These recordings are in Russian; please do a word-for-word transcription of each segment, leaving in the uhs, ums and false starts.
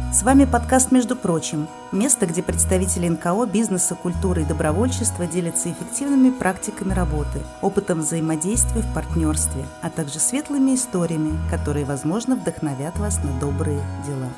С вами подкаст «Между прочим» – место, где представители эн ка о, бизнеса, культуры и добровольчества делятся эффективными практиками работы, опытом взаимодействия в партнерстве, а также светлыми историями, которые, возможно, вдохновят вас на добрые дела.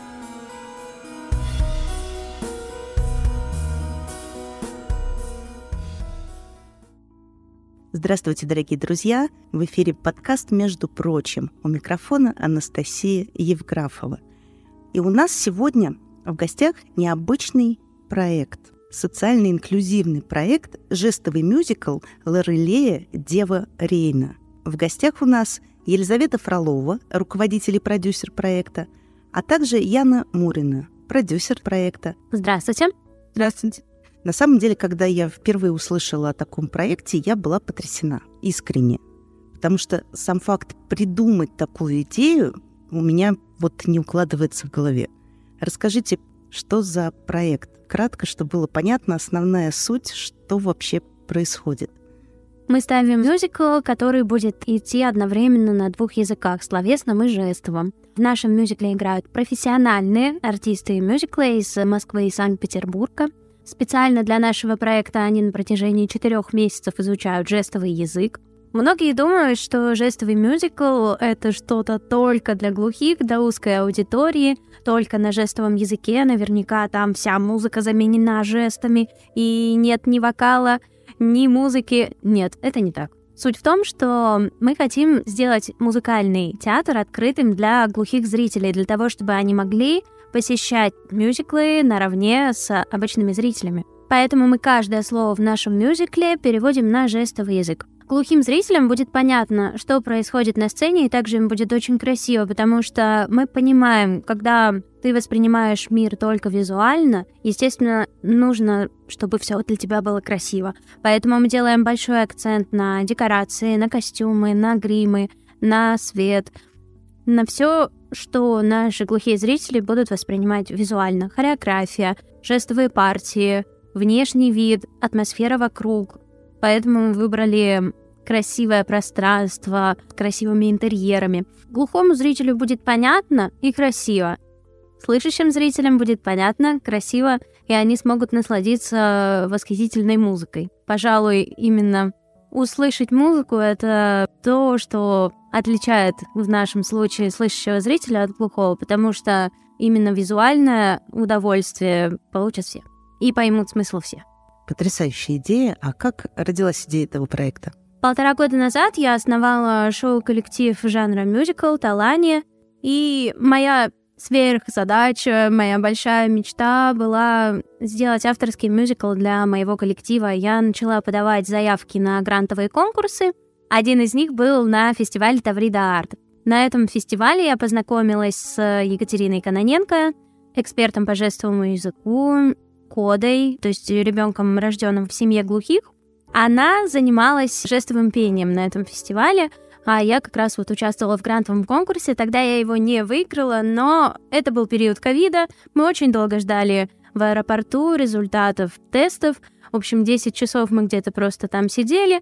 Здравствуйте, дорогие друзья! В эфире подкаст «Между прочим». У микрофона Анастасия Евграфова. И у нас сегодня в гостях необычный проект, социально-инклюзивный проект, жестовый мюзикл «Лорелея. Дева Рейна». В гостях у нас Елизавета Фролова, руководитель и продюсер проекта, а также Яна Мурина, продюсер проекта. Здравствуйте. Здравствуйте. На самом деле, когда я впервые услышала о таком проекте, я была потрясена, искренне. Потому что сам факт придумать такую идею у меня вот не укладывается в голове. Расскажите, что за проект? Кратко, чтобы было понятно основная суть, что вообще происходит. Мы ставим мюзикл, который будет идти одновременно на двух языках, словесном и жестовом. В нашем мюзикле играют профессиональные артисты мюзикла из Москвы и Санкт-Петербурга. Специально для нашего проекта они на протяжении четырех месяцев изучают жестовый язык. Многие думают, что жестовый мюзикл — это что-то только для глухих, для узкой аудитории, только на жестовом языке, наверняка там вся музыка заменена жестами, и нет ни вокала, ни музыки. Нет, это не так. Суть в том, что мы хотим сделать музыкальный театр открытым для глухих зрителей, для того, чтобы они могли посещать мюзиклы наравне с обычными зрителями. Поэтому мы каждое слово в нашем мюзикле переводим на жестовый язык. Глухим зрителям будет понятно, что происходит на сцене, и также им будет очень красиво, потому что мы понимаем, когда ты воспринимаешь мир только визуально, естественно, нужно, чтобы все для тебя было красиво. Поэтому мы делаем большой акцент на декорации, на костюмы, на гримы, на свет, на все, что наши глухие зрители будут воспринимать визуально. Хореография, жестовые партии, внешний вид, атмосфера вокруг. Поэтому мы выбрали красивое пространство с красивыми интерьерами. Глухому зрителю будет понятно и красиво. Слышащим зрителям будет понятно, красиво, и они смогут насладиться восхитительной музыкой. Пожалуй, именно услышать музыку — это то, что отличает в нашем случае слышащего зрителя от глухого, потому что именно визуальное удовольствие получат все. И поймут смысл все. Потрясающая идея. А как родилась идея этого проекта? Полтора года назад я основала шоу-коллектив жанра мюзикл «Талания», и моя сверхзадача, моя большая мечта была сделать авторский мюзикл для моего коллектива. Я начала подавать заявки на грантовые конкурсы. Один из них был на фестивале Таврида Арт. На этом фестивале я познакомилась с Екатериной Кононенко, экспертом по жестовому языку, Кодой, то есть ребенком, рожденным в семье глухих. Она занималась жестовым пением на этом фестивале, а я как раз вот участвовала в грантовом конкурсе. Тогда я его не выиграла, но это был период ковида. Мы очень долго ждали в аэропорту результатов тестов. В общем, десять часов мы где-то просто там сидели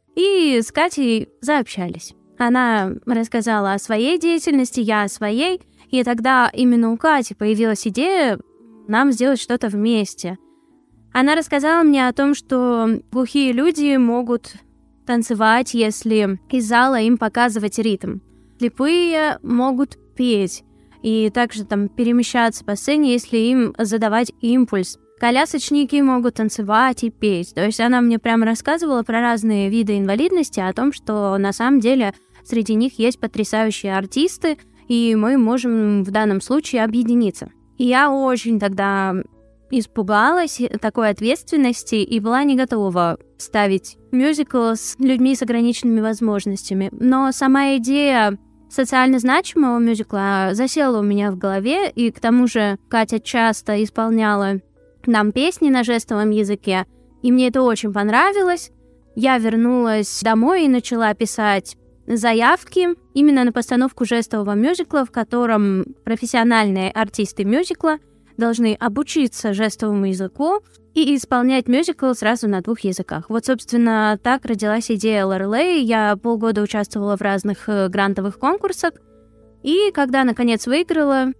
и с Катей заобщались. Она рассказала о своей деятельности, я о своей, и тогда именно у Кати появилась идея нам сделать что-то вместе. Она рассказала мне о том, что глухие люди могут танцевать, если из зала им показывать ритм. Слепые могут петь и также там перемещаться по сцене, если им задавать импульс. Колясочники могут танцевать и петь. То есть она мне прямо рассказывала про разные виды инвалидности, о том, что на самом деле среди них есть потрясающие артисты, и мы можем в данном случае объединиться. И я очень тогда испугалась такой ответственности и была не готова ставить мюзикл с людьми с ограниченными возможностями. Но сама идея социально значимого мюзикла засела у меня в голове, и к тому же Катя часто исполняла нам песни на жестовом языке, и мне это очень понравилось. Я вернулась домой и начала писать заявки именно на постановку жестового мюзикла, в котором профессиональные артисты мюзикла должны обучиться жестовому языку и исполнять мюзикл сразу на двух языках. Вот, собственно, так родилась идея Лорелеи. Я полгода участвовала в разных грантовых конкурсах, и когда, наконец, выиграла,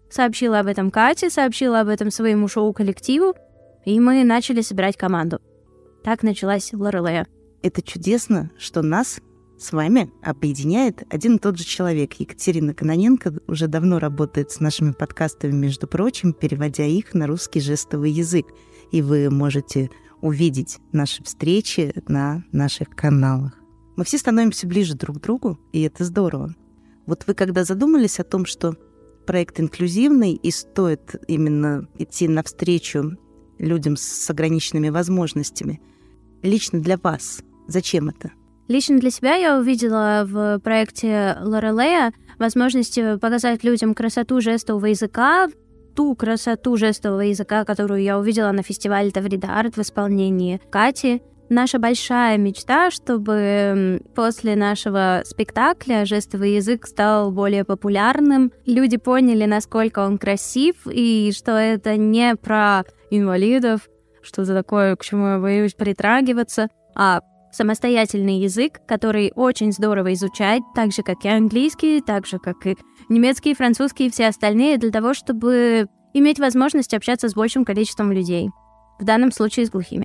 сообщила об этом Кате, сообщила об этом своему шоу-коллективу, и мы начали собирать команду. Так началась Лорелея. Это чудесно, что нас с вами объединяет один и тот же человек. Екатерина Кононенко уже давно работает с нашими подкастами, между прочим, переводя их на русский жестовый язык. И вы можете увидеть наши встречи на наших каналах. Мы все становимся ближе друг к другу, и это здорово. Вот вы когда задумались о том, что проект инклюзивный и стоит именно идти навстречу людям с ограниченными возможностями, лично для вас зачем это? Лично для себя я увидела в проекте Лорелея возможность показать людям красоту жестового языка, ту красоту жестового языка, которую я увидела на фестивале Таврида Арт в исполнении Кати. Наша большая мечта, чтобы после нашего спектакля жестовый язык стал более популярным, люди поняли, насколько он красив, и что это не про инвалидов, что-то такое, к чему я боюсь притрагиваться, а самостоятельный язык, который очень здорово изучать, так же, как и английский, так же, как и немецкий, французский и все остальные, для того, чтобы иметь возможность общаться с большим количеством людей, в данном случае с глухими.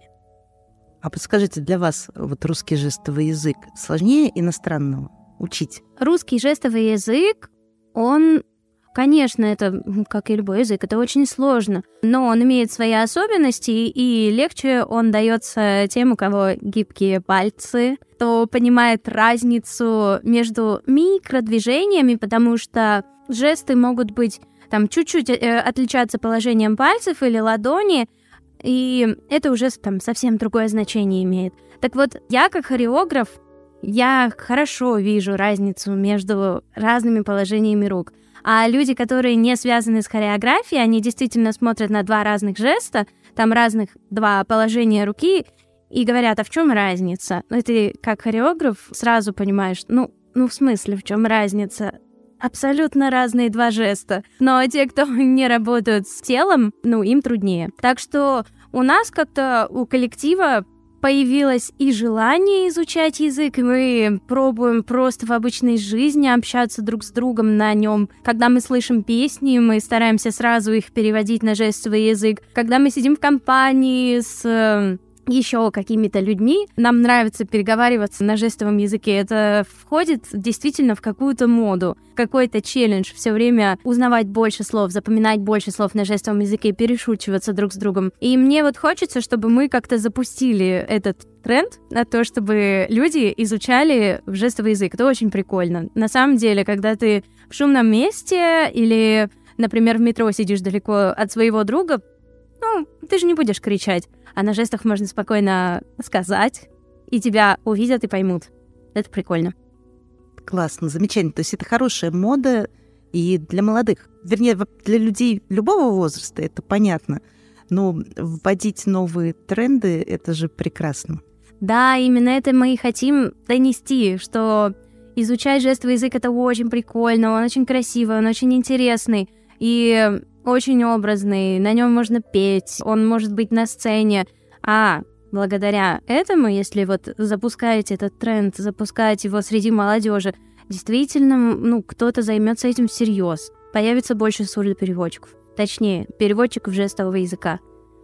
А подскажите, для вас вот русский жестовый язык сложнее иностранного учить? Русский жестовый язык, он, конечно, это, как и любой язык, это очень сложно, но он имеет свои особенности, и легче он дается тем, у кого гибкие пальцы, кто понимает разницу между микродвижениями, потому что жесты могут быть там чуть-чуть э, отличаться положением пальцев или ладони, и это уже там совсем другое значение имеет. Так вот, я как хореограф, я хорошо вижу разницу между разными положениями рук. А люди, которые не связаны с хореографией, они действительно смотрят на два разных жеста, там разных два положения руки, и говорят, а в чем разница? И ты как хореограф сразу понимаешь, ну, ну в смысле, в чем разница? Абсолютно разные два жеста. Но те, кто не работают с телом, ну, им труднее. Так что у нас как-то, у коллектива появилось и желание изучать язык, и мы пробуем просто в обычной жизни общаться друг с другом на нем. Когда мы слышим песни, мы стараемся сразу их переводить на жестовый язык. Когда мы сидим в компании с еще какими-то людьми, нам нравится переговариваться на жестовом языке. Это входит действительно в какую-то моду, какой-то челлендж, все время узнавать больше слов, запоминать больше слов на жестовом языке, перешучиваться друг с другом. И мне вот хочется, чтобы мы как-то запустили этот тренд на то, чтобы люди изучали жестовый язык. Это очень прикольно. На самом деле, когда ты в шумном месте или, например, в метро сидишь далеко от своего друга, ну, ты же не будешь кричать, а на жестах можно спокойно сказать, и тебя увидят и поймут. Это прикольно. Классно, замечательно. То есть это хорошая мода и для молодых. Вернее, для людей любого возраста, это понятно. Но вводить новые тренды, это же прекрасно. Да, именно это мы и хотим донести, что изучать жестовый язык — это очень прикольно, он очень красивый, он очень интересный. И очень образный, на нем можно петь, он может быть на сцене. А благодаря этому, если вот запускаете этот тренд, запускаете его среди молодежи, действительно, ну, кто-то займется этим всерьез. Появится больше сурдопереводчиков. Точнее, переводчиков жестового языка.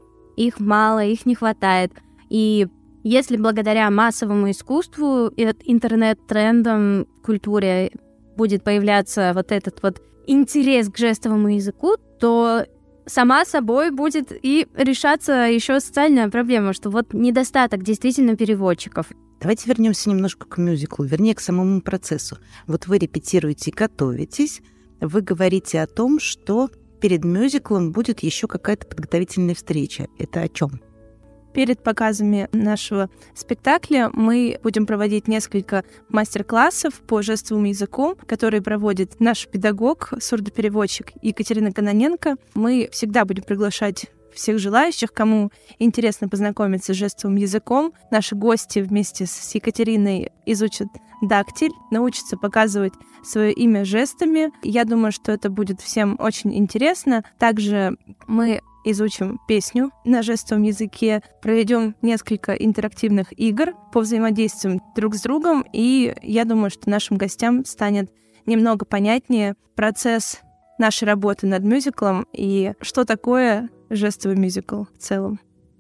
Их мало, их не хватает. И если благодаря массовому искусству и интернет-трендам в культуре будет появляться вот этот вот интерес к жестовому языку, то сама собой будет и решаться еще социальная проблема, что вот недостаток действительно переводчиков. Давайте вернемся немножко к мюзиклу, вернее, к самому процессу. Вот вы репетируете, готовитесь, вы говорите о том, что перед мюзиклом будет еще какая-то подготовительная встреча. Это о чем? Перед показами нашего спектакля мы будем проводить несколько мастер-классов по жестовому языку, которые проводит наш педагог, сурдопереводчик Екатерина Кононенко. Мы всегда будем приглашать всех желающих, кому интересно познакомиться с жестовым языком. Наши гости вместе с Екатериной изучат дактиль, научатся показывать свое имя жестами. Я думаю, что это будет всем очень интересно. Также мы изучим песню на жестовом языке, проведем несколько интерактивных игр по взаимодействию друг с другом, и я думаю, что нашим гостям станет немного понятнее процесс нашей работы над мюзиклом и что такое жестовый мюзикл в целом.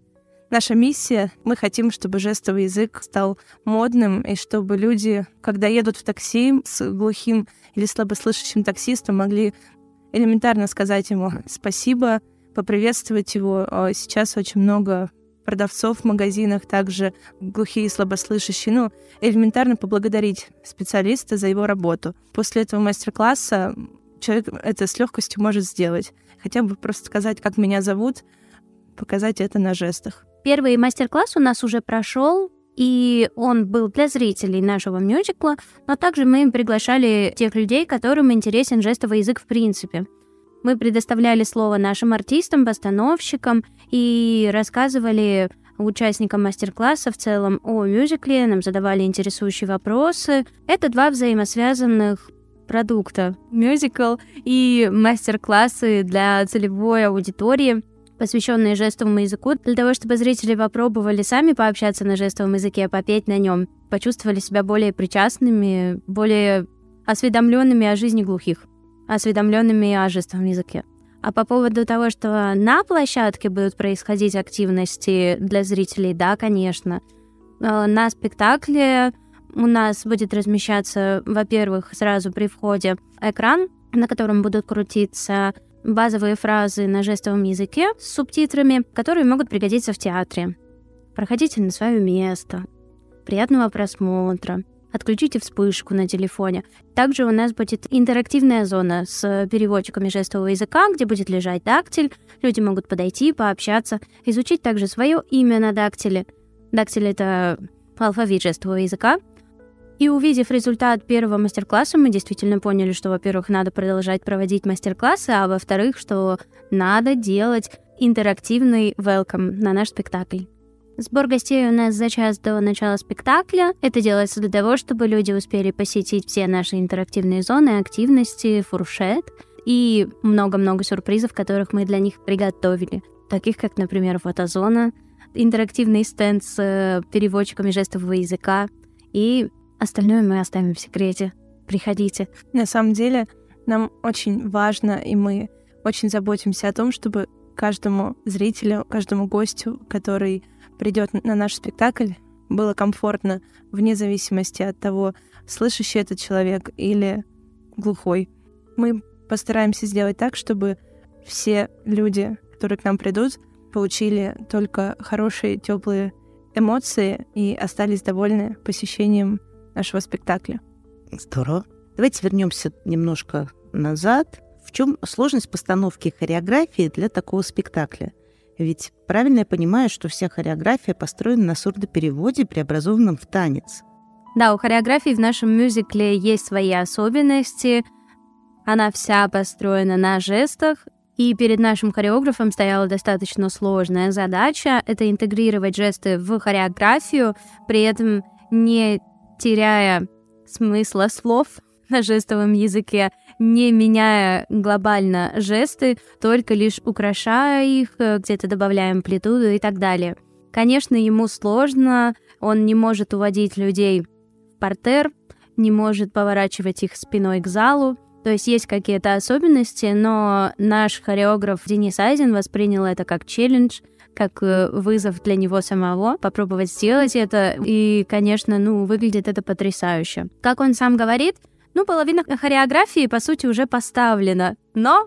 Наша миссия — мы хотим, чтобы жестовый язык стал модным, и чтобы люди, когда едут в такси с глухим или слабослышащим таксистом, могли элементарно сказать ему спасибо, поприветствовать его. Сейчас очень много продавцов в магазинах, также глухие и слабослышащие, ну, элементарно поблагодарить специалиста за его работу. После этого мастер-класса человек это с легкостью может сделать. Хотя бы просто сказать, как меня зовут, показать это на жестах. Первый мастер-класс у нас уже прошел, и он был для зрителей нашего мюзикла, но также мы приглашали тех людей, которым интересен жестовый язык в принципе. Мы предоставляли слово нашим артистам, постановщикам и рассказывали участникам мастер-класса в целом о мюзикле, нам задавали интересующие вопросы. Это два взаимосвязанных продукта. Мюзикл и мастер-классы для целевой аудитории, посвященные жестовому языку, для того, чтобы зрители попробовали сами пообщаться на жестовом языке, попеть на нем, почувствовали себя более причастными, более осведомленными о жизни глухих, осведомленными о жестовом языке. А по поводу того, что на площадке будут происходить активности для зрителей, да, конечно. На спектакле у нас будет размещаться, во-первых, сразу при входе экран, на котором будут крутиться базовые фразы на жестовом языке с субтитрами, которые могут пригодиться в театре. Проходите на свое место. Приятного просмотра. Отключите вспышку на телефоне. Также у нас будет интерактивная зона с переводчиками жестового языка, где будет лежать дактиль. Люди могут подойти, пообщаться, изучить также свое имя на дактиле. Дактиль — это алфавит жестового языка. И увидев результат первого мастер-класса, мы действительно поняли, что, во-первых, надо продолжать проводить мастер-классы, а во-вторых, что надо делать интерактивный welcome на наш спектакль. Сбор гостей у нас за час до начала спектакля. Это делается для того, чтобы люди успели посетить все наши интерактивные зоны, активности, фуршет и много-много сюрпризов, которых мы для них приготовили. Таких как, например, фотозона, интерактивный стенд с переводчиками жестового языка и остальное мы оставим в секрете. Приходите. На самом деле, нам очень важно, и мы очень заботимся о том, чтобы каждому зрителю, каждому гостю, который придет на наш спектакль, было комфортно, вне зависимости от того, слышащий этот человек или глухой. Мы постараемся сделать так, чтобы все люди, которые к нам придут, получили только хорошие, теплые эмоции и остались довольны посещением нашего спектакля. Здорово. Давайте вернемся немножко назад. В чем сложность постановки хореографии для такого спектакля? Ведь правильно я понимаю, что вся хореография построена на сурдопереводе, преобразованном в танец. Да, у хореографии в нашем мюзикле есть свои особенности. Она вся построена на жестах. И перед нашим хореографом стояла достаточно сложная задача — это интегрировать жесты в хореографию, при этом не теряя смысла слов на жестовом языке, не меняя глобально жесты, только лишь украшая их, где-то добавляя амплитуду и так далее. Конечно, ему сложно, он не может уводить людей в партер, не может поворачивать их спиной к залу. То есть есть какие-то особенности, но наш хореограф Денис Айзен воспринял это как челлендж, как вызов для него самого, попробовать сделать это. И, конечно, ну, выглядит это потрясающе. Как он сам говорит, ну, половина хореографии, по сути, уже поставлена, но...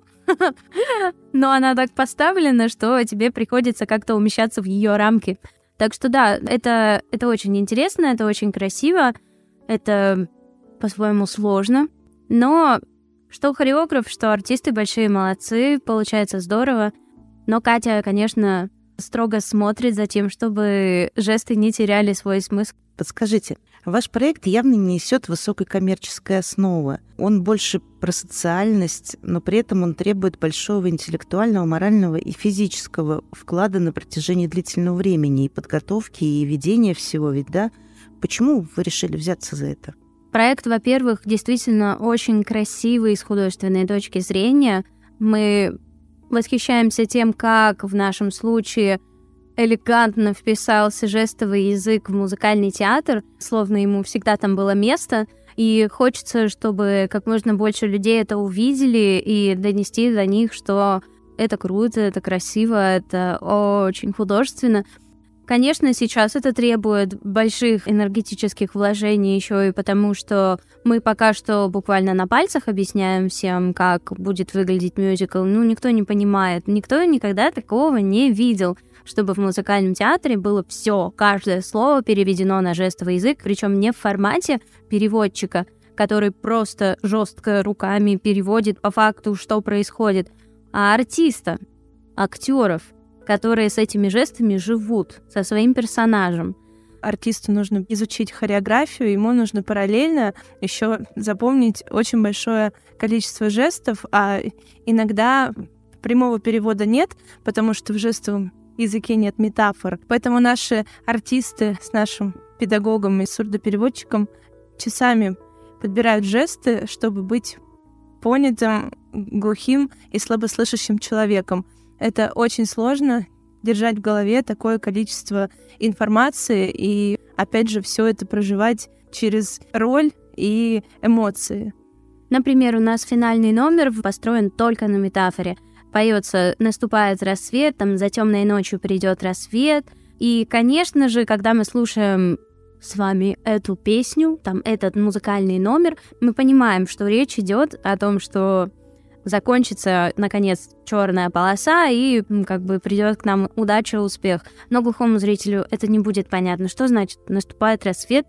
но она так поставлена, что тебе приходится как-то умещаться в ее рамки. Так что да, это, это очень интересно, это очень красиво, это по-своему сложно, но что хореограф, что артисты большие молодцы, получается здорово. Но Катя, конечно, строго смотрит за тем, чтобы жесты не теряли свой смысл. Подскажите, ваш проект явно не несет высокой коммерческой основы. Он больше про социальность, но при этом он требует большого интеллектуального, морального и физического вклада на протяжении длительного времени и подготовки, и ведения всего, ведь да? Почему вы решили взяться за это? Проект, во-первых, действительно очень красивый с художественной точки зрения. Мы восхищаемся тем, как в нашем случае элегантно вписался жестовый язык в музыкальный театр, словно ему всегда там было место. И хочется, чтобы как можно больше людей это увидели и донести до них, что это круто, это красиво, это очень художественно. Конечно, сейчас это требует больших энергетических вложений еще и потому, что мы пока что буквально на пальцах объясняем всем, как будет выглядеть мюзикл. Ну, никто не понимает, никто никогда такого не видел, чтобы в музыкальном театре было все, каждое слово переведено на жестовый язык, причем не в формате переводчика, который просто жестко руками переводит по факту, что происходит, а артиста, актеров, которые с этими жестами живут, со своим персонажем. Артисту нужно изучить хореографию, ему нужно параллельно еще запомнить очень большое количество жестов, а иногда прямого перевода нет, потому что в жестовом языке нет метафор. Поэтому наши артисты с нашим педагогом и сурдопереводчиком часами подбирают жесты, чтобы быть понятым глухим и слабослышащим человеком. Это очень сложно держать в голове такое количество информации и, опять же, все это проживать через роль и эмоции. Например, у нас финальный номер построен только на метафоре. Поется «Наступает рассвет», там «За темной ночью придет рассвет». И, конечно же, когда мы слушаем с вами эту песню, там этот музыкальный номер, мы понимаем, что речь идет о том, что закончится, наконец, черная полоса, и как бы придет к нам удача, успех. Но глухому зрителю это не будет понятно. Что значит «наступает рассвет»,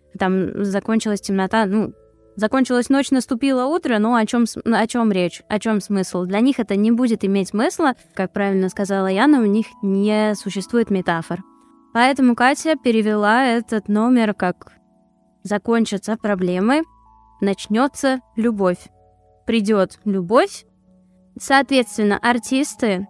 там закончилась темнота, ну, закончилась ночь, наступило утро, но о чем, о чем речь, о чем смысл? Для них это не будет иметь смысла, как правильно сказала Яна, у них не существует метафор. Поэтому Катя перевела этот номер как «закончатся проблемы, начнется любовь». Придет любовь. Соответственно, артисты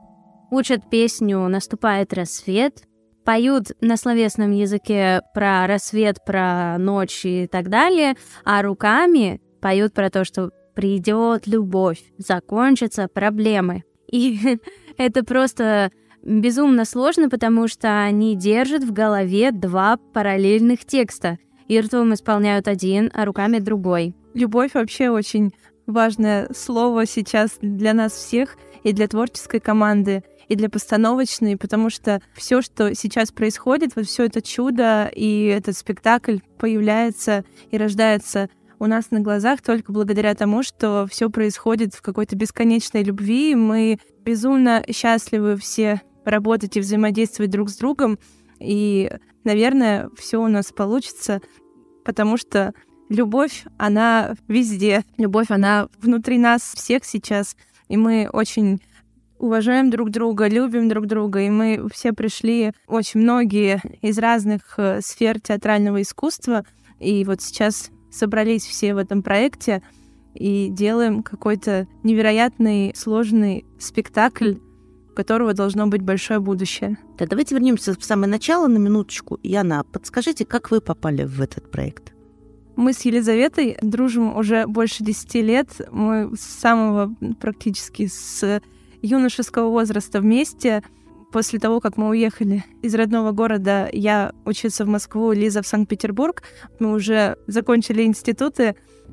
учат песню «Наступает рассвет», поют на словесном языке про рассвет, про ночь и так далее, а руками поют про то, что придет любовь, закончатся проблемы. И это просто безумно сложно, потому что они держат в голове два параллельных текста. И ртом исполняют один, а руками другой. Любовь вообще очень важное слово сейчас для нас всех, и для творческой команды, и для постановочной, потому что все, что сейчас происходит, вот все это чудо и этот спектакль появляется и рождается у нас на глазах только благодаря тому, что все происходит в какой-то бесконечной любви. Мы безумно счастливы все работать и взаимодействовать друг с другом, и, наверное, все у нас получится, потому что любовь, она везде. Любовь, она внутри нас всех сейчас. И мы очень уважаем друг друга, любим друг друга. И мы все пришли, очень многие, из разных сфер театрального искусства. И вот сейчас собрались все в этом проекте и делаем какой-то невероятный, сложный спектакль, у которого должно быть большое будущее. Да, давайте вернемся в самое начало на минуточку. Яна, подскажите, как вы попали в этот проект? Мы с Елизаветой дружим уже больше десяти лет. Мы с самого практически с юношеского возраста вместе. После того, как мы уехали из родного города, я учиться в Москву, Лиза в Санкт-Петербург. Мы уже закончили институты.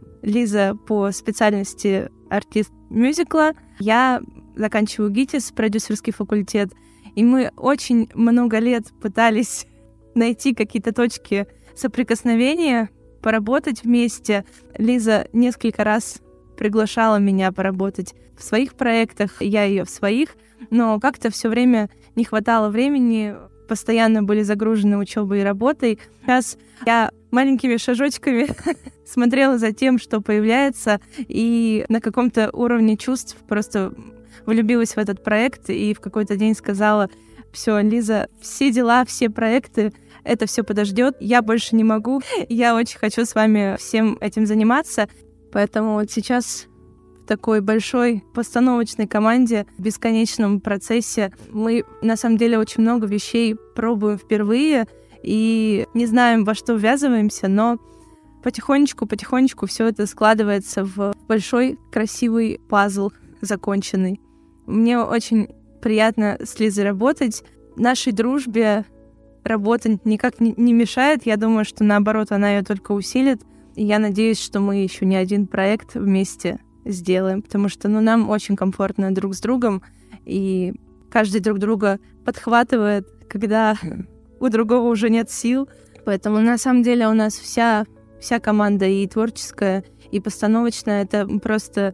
Лиза по специальности артист мюзикла. Я заканчиваю ГИТИС, продюсерский факультет. И мы очень много лет пытались найти какие-то точки соприкосновения, поработать вместе. Лиза несколько раз приглашала меня поработать в своих проектах, я ее в своих, но как-то все время не хватало времени, постоянно были загружены учебой и работой. Сейчас я маленькими шажочками смотрела за тем, что появляется, и на каком-то уровне чувств просто влюбилась в этот проект и в какой-то день сказала: все, Лиза, все дела, все проекты, это все подождет, я больше не могу, я очень хочу с вами всем этим заниматься. Поэтому вот сейчас в такой большой постановочной команде, в бесконечном процессе мы на самом деле очень много вещей пробуем впервые и не знаем, во что ввязываемся, но потихонечку-потихонечку все это складывается в большой красивый пазл законченный. Мне очень приятно с Лизой работать. Нашей дружбе работа никак не мешает. Я думаю, что наоборот, она ее только усилит. я надеюсь, что мы еще не один проект вместе сделаем, потому что ну, нам очень комфортно друг с другом, и каждый друг друга подхватывает, когда у другого уже нет сил. Поэтому на самом деле у нас вся, вся команда и творческая, и постановочная — это просто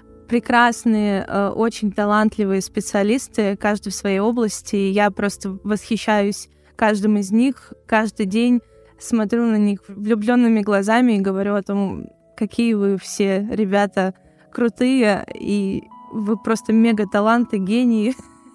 прекрасные, очень талантливые специалисты, каждый в своей области. И я просто восхищаюсь каждым из них. Каждый день смотрю на них влюбленными глазами и говорю о том, какие вы все ребята крутые, и вы просто мега-таланты, гении.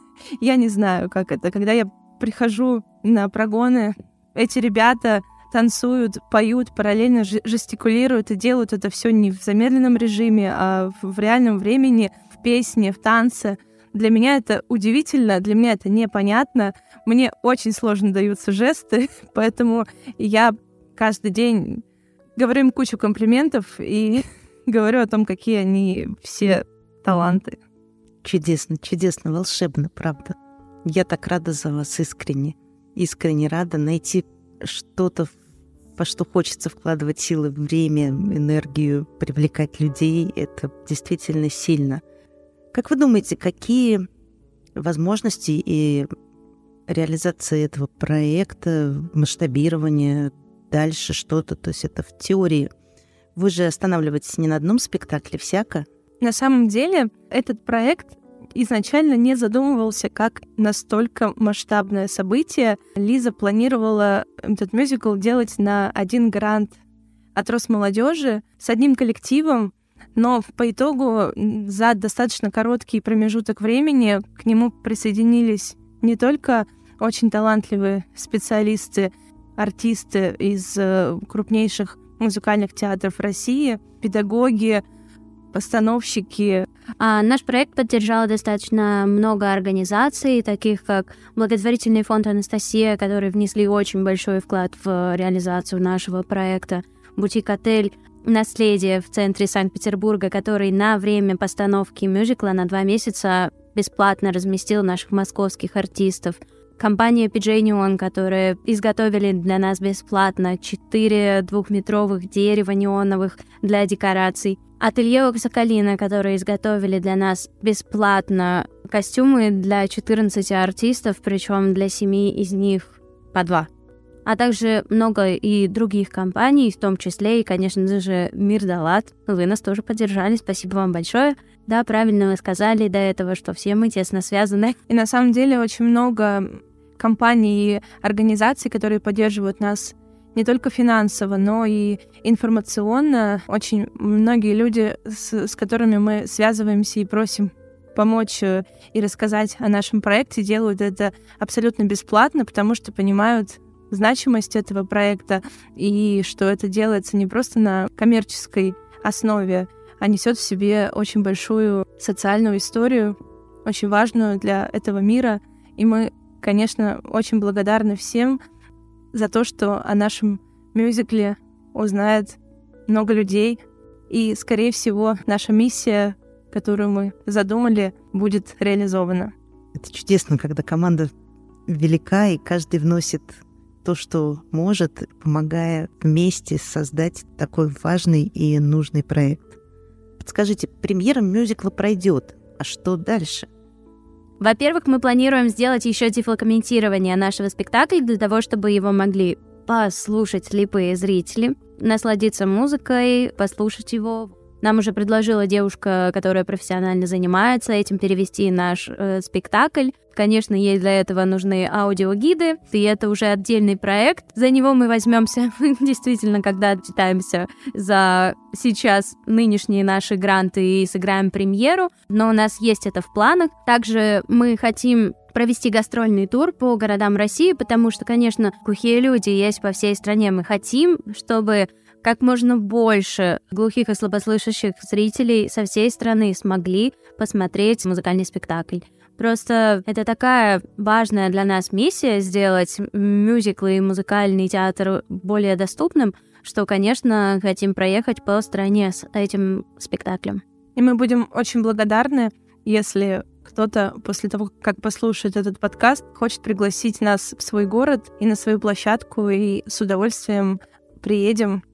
Я не знаю, как это. Когда я прихожу на прогоны, эти ребята танцуют, поют, параллельно жестикулируют и делают это все не в замедленном режиме, а в реальном времени, в песне, в танце. Для меня это удивительно, для меня это непонятно. Мне очень сложно даются жесты, поэтому я каждый день говорю им кучу комплиментов и говорю о том, какие они все таланты. Чудесно, чудесно, волшебно, правда. Я так рада за вас искренне. Искренне рада найти что-то, во что хочется вкладывать силы, время, энергию, привлекать людей. Это действительно сильно. Как вы думаете, какие возможности и реализация этого проекта, масштабирование, дальше что-то, то есть это в теории? Вы же останавливаетесь не на одном спектакле, всяко. На самом деле этот проект изначально не задумывался как настолько масштабное событие. Лиза планировала этот мюзикл делать на один грант от Росмолодежи с одним коллективом, но по итогу за достаточно короткий промежуток времени к нему присоединились не только очень талантливые специалисты, артисты из крупнейших музыкальных театров России, педагоги, постановщики. А наш проект поддержал достаточно много организаций, таких как благотворительный фонд «Анастасия», которые внесли очень большой вклад в реализацию нашего проекта, бутик-отель «Наследие» в центре Санкт-Петербурга, который на время постановки мюзикла на два месяца бесплатно разместил наших московских артистов. Компания пи джей Neon, которые изготовили для нас бесплатно четыре двухметровых дерева неоновых для декораций. Ателье Соколина, которые изготовили для нас бесплатно костюмы для четырнадцати артистов, причем для семи из них по два. А также много и других компаний, в том числе и, конечно же, Мирдалат. Вы нас тоже поддержали, спасибо вам большое. Да, правильно вы сказали до этого, что все мы тесно связаны. И на самом деле очень много компаний и организаций, которые поддерживают нас не только финансово, но и информационно. Очень многие люди, с, с которыми мы связываемся и просим помочь и рассказать о нашем проекте, делают это абсолютно бесплатно, потому что понимают значимость этого проекта и что это делается не просто на коммерческой основе, а несет в себе очень большую социальную историю, очень важную для этого мира. И мы, конечно, очень благодарны всем за то, что о нашем мюзикле узнает много людей. И, скорее всего, наша миссия, которую мы задумали, будет реализована. Это чудесно, когда команда велика, и каждый вносит то, что может, помогая вместе создать такой важный и нужный проект. Подскажите, премьера мюзикла пройдет, а что дальше? Во-первых, мы планируем сделать еще тифлокомментирование нашего спектакля для того, чтобы его могли послушать слепые зрители, насладиться музыкой, послушать его. Нам уже предложила девушка, которая профессионально занимается этим, перевести наш э, спектакль. Конечно, ей для этого нужны аудиогиды, и это уже отдельный проект. За него мы возьмемся действительно, когда отчитаемся за сейчас нынешние наши гранты и сыграем премьеру. Но у нас есть это в планах. Также мы хотим провести гастрольный тур по городам России, потому что, конечно, глухие люди есть по всей стране. Мы хотим, чтобы как можно больше глухих и слабослышащих зрителей со всей страны смогли посмотреть музыкальный спектакль. Просто это такая важная для нас миссия — сделать мюзиклы и музыкальный театр более доступным, что, конечно, хотим проехать по стране с этим спектаклем. И мы будем очень благодарны, если кто-то после того, как послушает этот подкаст, хочет пригласить нас в свой город и на свою площадку, и с удовольствием приедем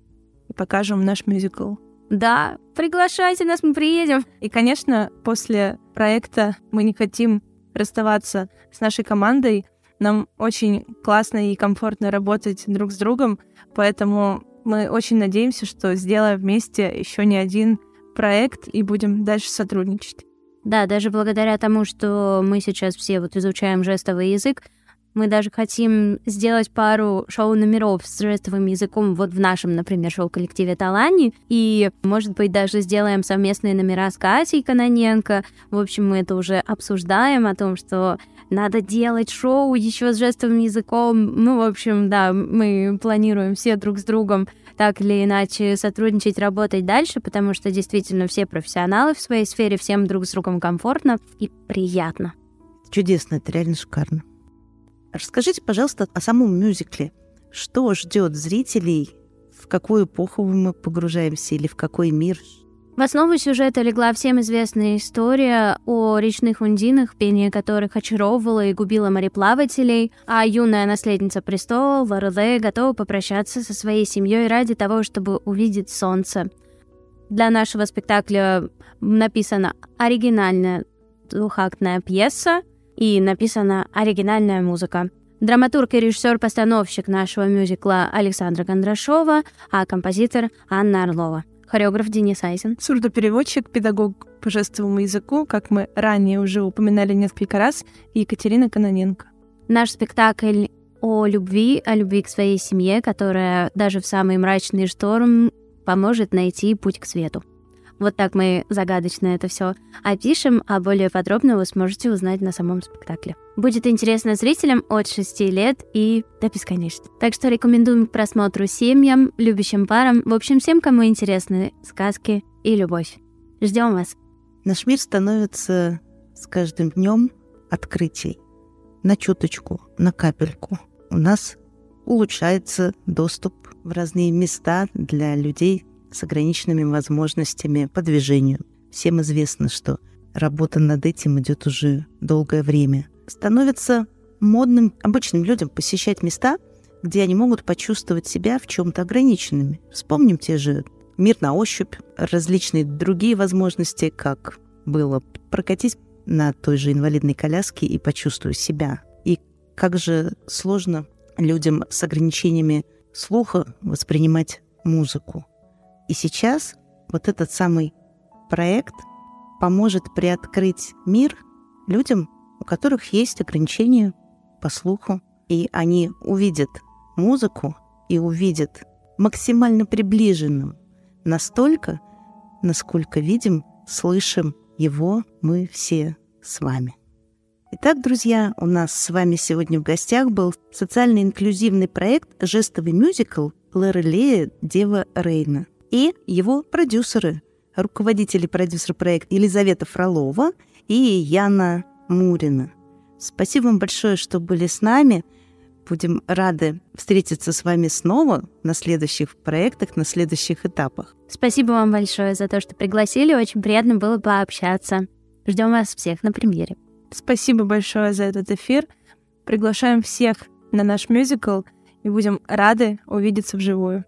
и покажем наш мюзикл. Да, приглашайте нас, мы приедем. И, конечно, после проекта мы не хотим расставаться с нашей командой. Нам очень классно и комфортно работать друг с другом, поэтому мы очень надеемся, что сделаем вместе еще не один проект и будем дальше сотрудничать. Да, даже благодаря тому, что мы сейчас все вот изучаем жестовый язык, мы даже хотим сделать пару шоу-номеров с жестовым языком вот в нашем, например, шоу-коллективе «Талани». И, может быть, даже сделаем совместные номера с Катей Кононенко. В общем, мы это уже обсуждаем, о том, что надо делать шоу еще с жестовым языком. Ну, в общем, да, мы планируем все друг с другом так или иначе сотрудничать, работать дальше, потому что действительно все профессионалы в своей сфере, всем друг с другом комфортно и приятно. Чудесно, это реально шикарно. Расскажите, пожалуйста, о самом мюзикле. Что ждет зрителей? В какую эпоху мы погружаемся или в какой мир? В основу сюжета легла всем известная история о речных ундинах, пение которых очаровывало и губило мореплавателей, а юная наследница престола Лорелей готова попрощаться со своей семьей ради того, чтобы увидеть солнце. Для нашего спектакля написана оригинальная двухактная пьеса, и написана оригинальная музыка. Драматург и режиссер-постановщик нашего мюзикла Александра Кондрашова, а композитор Анна Орлова. Хореограф Денис Айзен. Сурдопереводчик, педагог по жестовому языку, как мы ранее уже упоминали несколько раз, Екатерина Кононенко. Наш спектакль о любви, о любви к своей семье, которая даже в самый мрачный шторм поможет найти путь к свету. Вот так мы загадочно это все опишем, а более подробно вы сможете узнать на самом спектакле. Будет интересно зрителям от шести лет и до бесконечности. Так что рекомендуем к просмотру семьям, любящим парам, в общем, всем, кому интересны сказки и любовь. Ждем вас. Наш мир становится с каждым днем открытий. На чуточку, на капельку. У нас улучшается доступ в разные места для людей с ограниченными возможностями по движению. Всем известно, что работа над этим идет уже долгое время. Становится модным обычным людям посещать места, где они могут почувствовать себя в чем-то ограниченными. Вспомним те же мир на ощупь, различные другие возможности, как было прокатить на той же инвалидной коляске и почувствовать себя. И как же сложно людям с ограничениями слуха воспринимать музыку. И сейчас вот этот самый проект поможет приоткрыть мир людям, у которых есть ограничения по слуху, и они увидят музыку и увидят максимально приближенным настолько, насколько видим, слышим его мы все с вами. Итак, друзья, у нас с вами сегодня в гостях был социально-инклюзивный проект «Жестовый мюзикл» Лорелея Дева Рейна и его продюсеры, руководитель и продюсер проекта Елизавета Фролова и Яна Мурина. Спасибо вам большое, что были с нами. Будем рады встретиться с вами снова на следующих проектах, на следующих этапах. Спасибо вам большое за то, что пригласили. Очень приятно было пообщаться. Ждем вас всех на премьере. Спасибо большое за этот эфир. Приглашаем всех на наш мюзикл и будем рады увидеться вживую.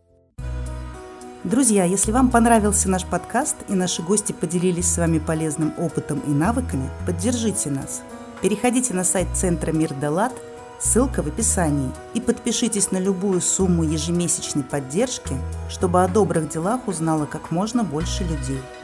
Друзья, если вам понравился наш подкаст и наши гости поделились с вами полезным опытом и навыками, поддержите нас. Переходите на сайт Центра Мир Далат, ссылка в описании, и подпишитесь на любую сумму ежемесячной поддержки, чтобы о добрых делах узнало как можно больше людей.